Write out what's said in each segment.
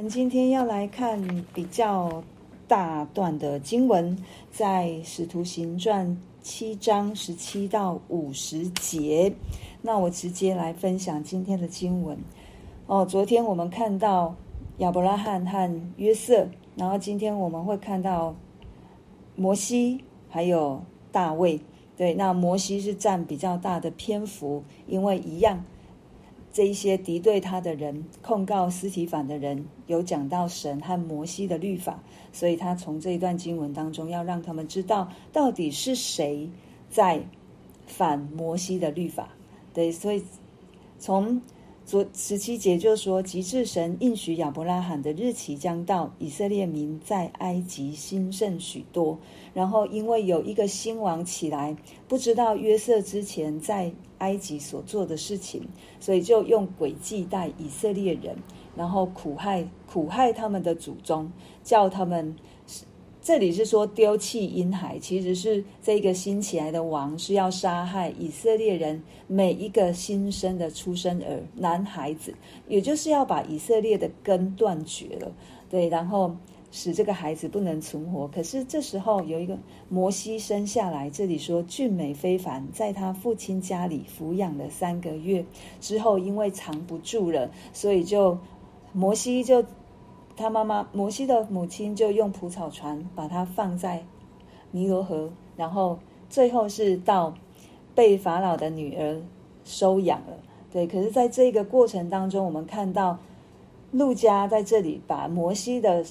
今天要来看比较大段的经文，在使徒行传7章17到50节。那我直接来分享今天的经文。昨天我们看到亚伯拉罕和约瑟，然后今天我们会看到摩西还有大卫。对，那摩西是占比较大的篇幅，因为一样这一些敌对他的人，控告司提反的人，有讲到神和摩西的律法，所以他从这一段经文当中要让他们知道到底是谁在反摩西的律法。对，所以从17节就说，及至神应许亚伯拉罕的日期将到，以色列民在埃及兴盛许多。然后因为有一个新王起来，不知道约瑟之前在埃及所做的事情，所以就用诡计待以色列人，然后苦害他们的祖宗，叫他们，这里是说丢弃婴孩，其实是这个新起来的王是要杀害以色列人每一个新生的出生儿男孩子，也就是要把以色列的根断绝了。对，然后使这个孩子不能存活。可是这时候有一个摩西生下来，这里说俊美非凡，在他父亲家里抚养了3个月之后，因为藏不住了，所以摩西的母亲就用蒲草船把它放在尼罗河，然后最后是到被法老的女儿收养了。对，可是在这个过程当中，我们看到路加在这里把摩西的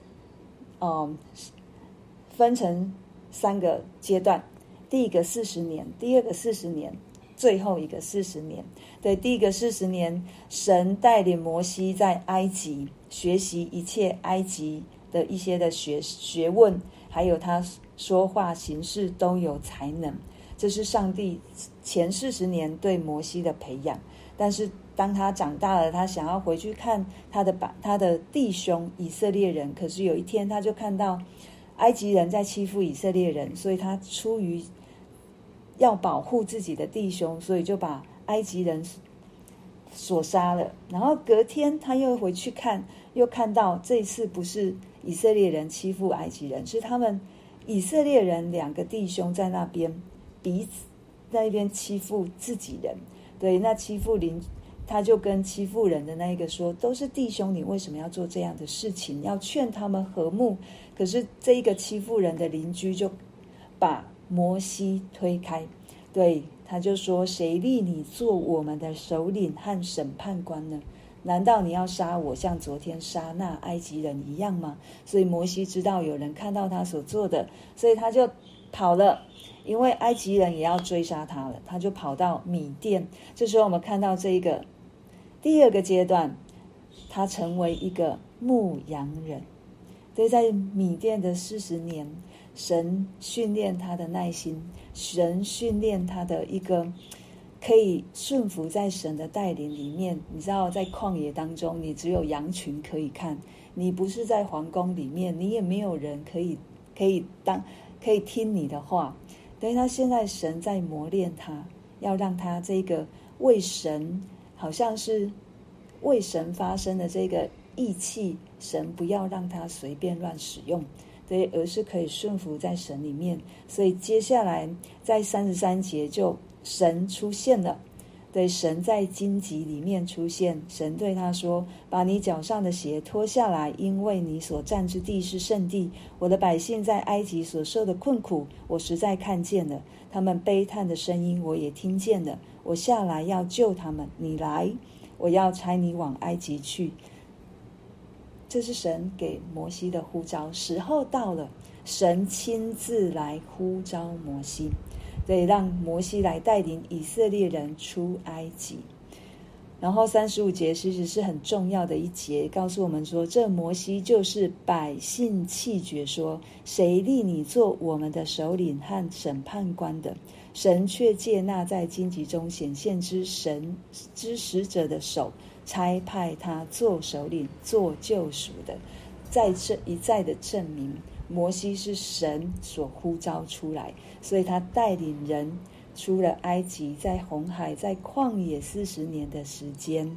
分成3个阶段，第一个40年，第二个40年，最后一个40年。对，第一个40年，神带领摩西在埃及学习一切埃及的一些的学问，还有他说话行事都有才能，这是上帝前40年对摩西的培养。但是当他长大了，他想要回去看他的弟兄以色列人，可是有一天他就看到埃及人在欺负以色列人，所以他出于要保护自己的弟兄，所以就把埃及人所杀了。然后隔天他又回去看，又看到这一次不是以色列人欺负埃及人，是他们以色列人2个弟兄在那边彼此在那边欺负自己人。对，那他就跟欺负人的那一个说，都是弟兄，你为什么要做这样的事情？要劝他们和睦。可是这一个欺负人的邻居就把摩西推开。对，他就说，谁立你做我们的首领和审判官呢？难道你要杀我，像昨天杀那埃及人一样吗？所以摩西知道有人看到他所做的，所以他就跑了，因为埃及人也要追杀他了，他就跑到米甸。这时候我们看到这一个第2个阶段，他成为一个牧羊人。所以在米甸的40年，神训练他的耐心，神训练他的一个可以顺服在神的带领里面。你知道在旷野当中，你只有羊群可以看，你不是在皇宫里面，你也没有人可以听你的话。所以他现在神在磨练他，要让他这个为神，好像是为神发声的这个义气，神不要让他随便乱使用，对，而是可以顺服在神里面。所以接下来在33节就神出现了。对，神在荆棘里面出现，神对他说，把你脚上的鞋脱下来，因为你所站之地是圣地。我的百姓在埃及所受的困苦，我实在看见了，他们悲叹的声音我也听见了，我下来要救他们，你来，我要差你往埃及去。这是神给摩西的呼召，时候到了，神亲自来呼召摩西，对，让摩西来带领以色列人出埃及。然后35节其实是很重要的一节，告诉我们说，这摩西就是百姓弃绝说，谁立你做我们的首领和审判官的？神却借那在荆棘中显现之神之使者的手，差派他做首领，做救赎的。在这一再的证明，摩西是神所呼召出来，所以他带领人出了埃及，在红海，在旷野40年的时间。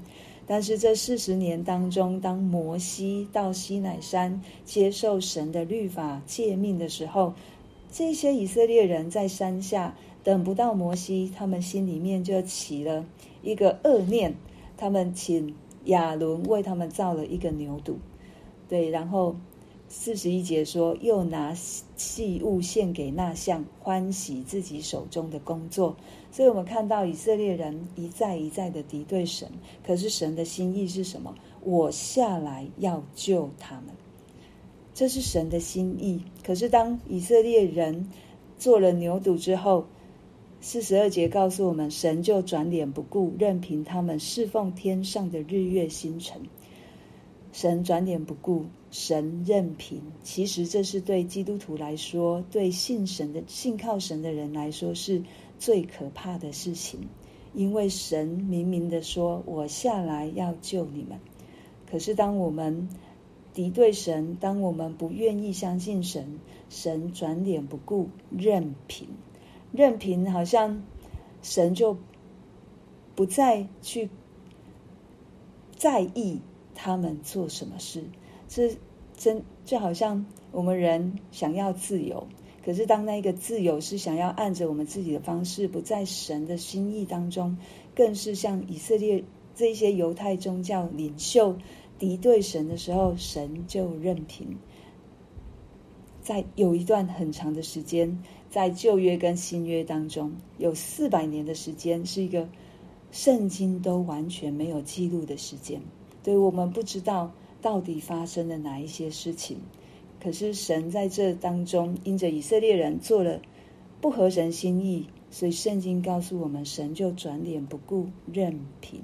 但是这40年当中，当摩西到西乃山接受神的律法诫命的时候，这些以色列人在山下等不到摩西，他们心里面就起了一个恶念，他们请亚伦为他们造了一个牛犊。对，然后41节说，又拿器物献给那像，欢喜自己手中的工作。所以我们看到以色列人一再一再的敌对神，可是神的心意是什么？我下来要救他们，这是神的心意。可是当以色列人做了牛犊之后，42节告诉我们，神就转脸不顾，任凭他们侍奉天上的日月星辰。神转脸不顾，神任凭。其实这是对基督徒来说，对信靠神的人来说是最可怕的事情。因为神明明的说，我下来要救你们。可是当我们敌对神，当我们不愿意相信神，神转脸不顾，任凭。任凭好像神就不再去在意他们做什么事。就好像我们人想要自由，可是当那个自由是想要按着我们自己的方式，不在神的心意当中，更是像以色列这些犹太宗教领袖敌对神的时候，神就任凭。在有一段很长的时间，在旧约跟新约当中，有400年的时间，是一个圣经都完全没有记录的时间。对，我们不知道到底发生了哪一些事情，可是神在这当中，因着以色列人做了不合神心意，所以圣经告诉我们，神就转脸不顾，任凭。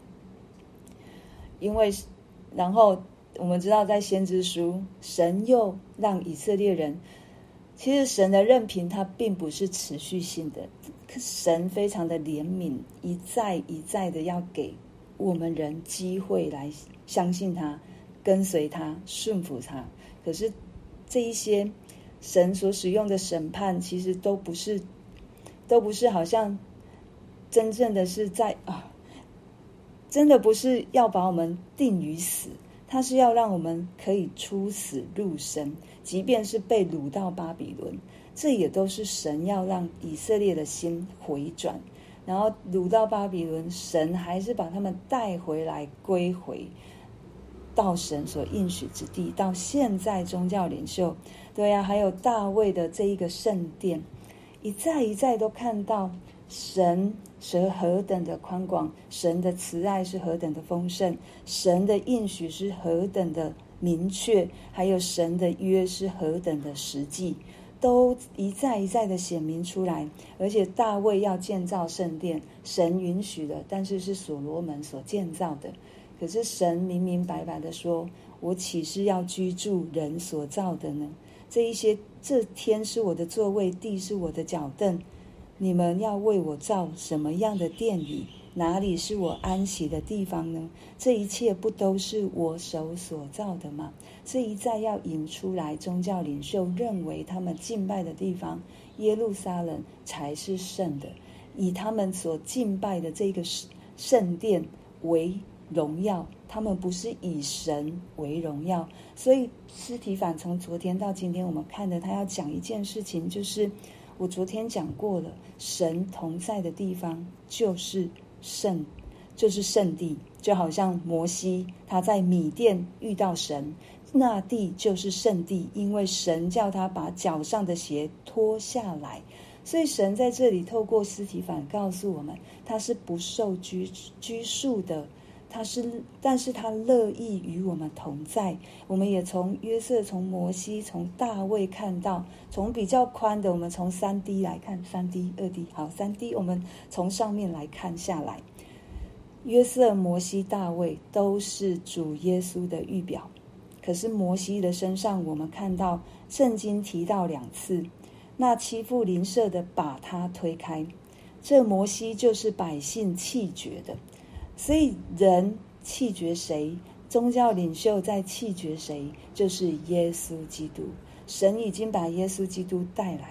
然后我们知道在先知书，神又让以色列人，其实神的任凭它并不是持续性的，神非常的怜悯，一再一再的要给我们人机会来相信他，跟随他，顺服他。可是这一些神所使用的审判，其实都不是好像真正的是真的不是要把我们定于死，它是要让我们可以出死入生，即便是被掳到巴比伦，这也都是神要让以色列的心回转。然后掳到巴比伦，神还是把他们带回来，归回到神所应许之地。到现在宗教领袖，对啊，还有大卫的这一个圣殿，一再一再都看到神是何等的宽广，神的慈爱是何等的丰盛，神的应许是何等的明确，还有神的约是何等的实际，都一再一再的显明出来。而且大卫要建造圣殿，神允许的，但是是所罗门所建造的。可是神明明白白的说，我岂是要居住人所造的呢？这天是我的座位，地是我的脚凳，你们要为我造什么样的殿宇？哪里是我安息的地方呢？这一切不都是我手所造的吗？这一再要引出来，宗教领袖认为他们敬拜的地方耶路撒冷才是圣的，以他们所敬拜的这个圣殿为荣耀，他们不是以神为荣耀。所以司提反从昨天到今天我们看的，他要讲一件事情，就是我昨天讲过了，神同在的地方就是圣地。就好像摩西他在米甸遇到神，那地就是圣地，因为神叫他把脚上的鞋脱下来。所以神在这里透过司提反告诉我们，他是不受拘束的，但是他乐意与我们同在。我们也从约瑟、从摩西、从大卫看到，从比较宽的，我们从3D 来看，3D、2D， 好，3D 我们从上面来看下来，约瑟、摩西、大卫都是主耶稣的预表。可是摩西的身上，我们看到圣经提到2次，那欺负邻舍的把他推开，这摩西就是百姓弃绝的。所以人弃绝谁，宗教领袖在弃绝谁，就是耶稣基督。神已经把耶稣基督带来了，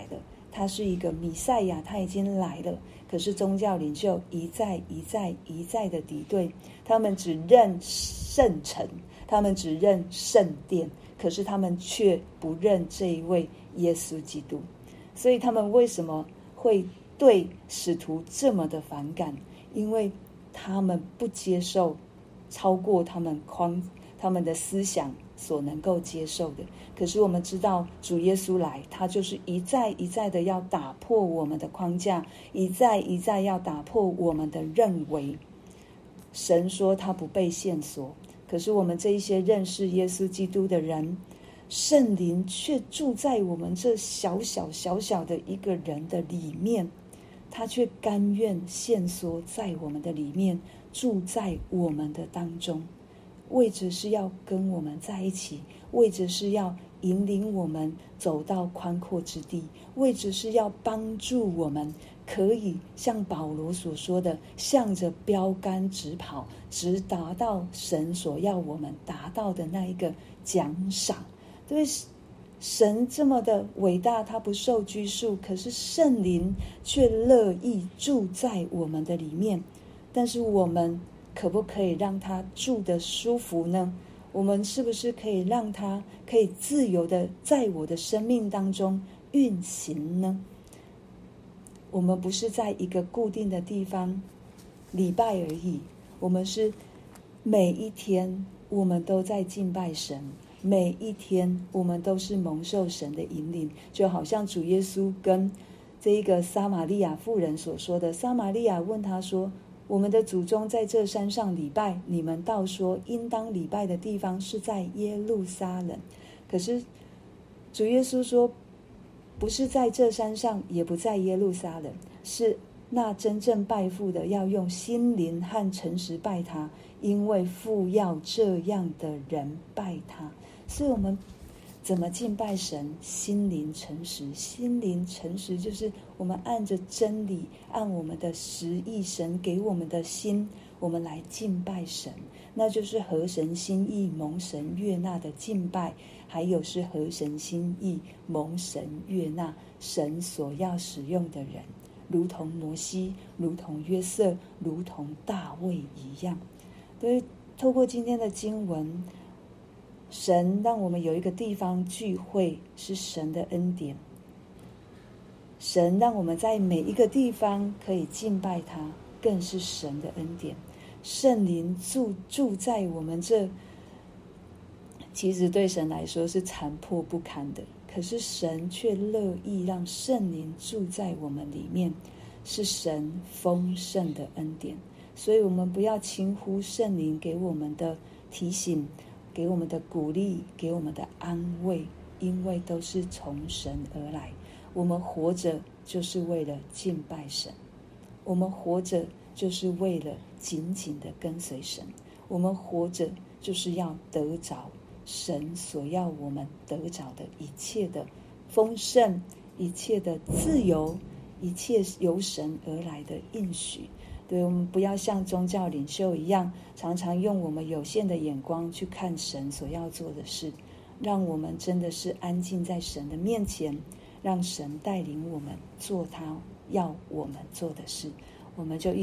他是一个弥赛亚，他已经来了。可是宗教领袖一再的敌对，他们只认圣城，他们只认圣殿，可是他们却不认这一位耶稣基督。所以他们为什么会对使徒这么的反感？因为他们不接受超过他们的思想所能够接受的。可是我们知道主耶稣来，他就是一再的要打破我们的框架，一再要打破我们的认为。神说他不被限索，可是我们这一些认识耶稣基督的人，圣灵却住在我们这小小的一个人的里面，他却甘愿限缩在我们的里面，住在我们的当中，为着是要跟我们在一起，为着是要引领我们走到宽阔之地，为着是要帮助我们可以像保罗所说的，向着标杆直跑，直达到神所要我们达到的那一个奖赏。对，神这么的伟大，他不受拘束，可是圣灵却乐意住在我们的里面。但是我们可不可以让他住得舒服呢？我们是不是可以让他可以自由的在我的生命当中运行呢？我们不是在一个固定的地方礼拜而已，我们是每一天我们都在敬拜神，每一天我们都是蒙受神的引领。就好像主耶稣跟这一个撒玛利亚妇人所说的，撒玛利亚问他说，我们的祖宗在这山上礼拜，你们倒说应当礼拜的地方是在耶路撒冷。可是主耶稣说，不是在这山上，也不在耶路撒冷，是那真正拜父的要用心灵和诚实拜他，因为父要这样的人拜他。所以我们怎么敬拜神？心灵诚实。心灵诚实就是我们按着真理，按我们的实意，神给我们的心，我们来敬拜神。那就是合神心意蒙神悦纳的敬拜，还有是合神心意蒙神悦纳神所要使用的人，如同摩西，如同约瑟，如同大卫一样。所以透过今天的经文，神让我们有一个地方聚会，是神的恩典。神让我们在每一个地方可以敬拜他，更是神的恩典。圣灵住在我们这，其实对神来说是残破不堪的，可是神却乐意让圣灵住在我们里面，是神丰盛的恩典。所以我们不要轻忽圣灵给我们的提醒，给我们的鼓励，给我们的安慰，因为都是从神而来。我们活着就是为了敬拜神，我们活着就是为了紧紧的跟随神，我们活着就是要得着神所要我们得着的一切的丰盛，一切的自由，一切由神而来的应许。对，我们不要像宗教领袖一样，常常用我们有限的眼光去看神所要做的事，让我们真的是安静在神的面前，让神带领我们做他要我们做的事。我们就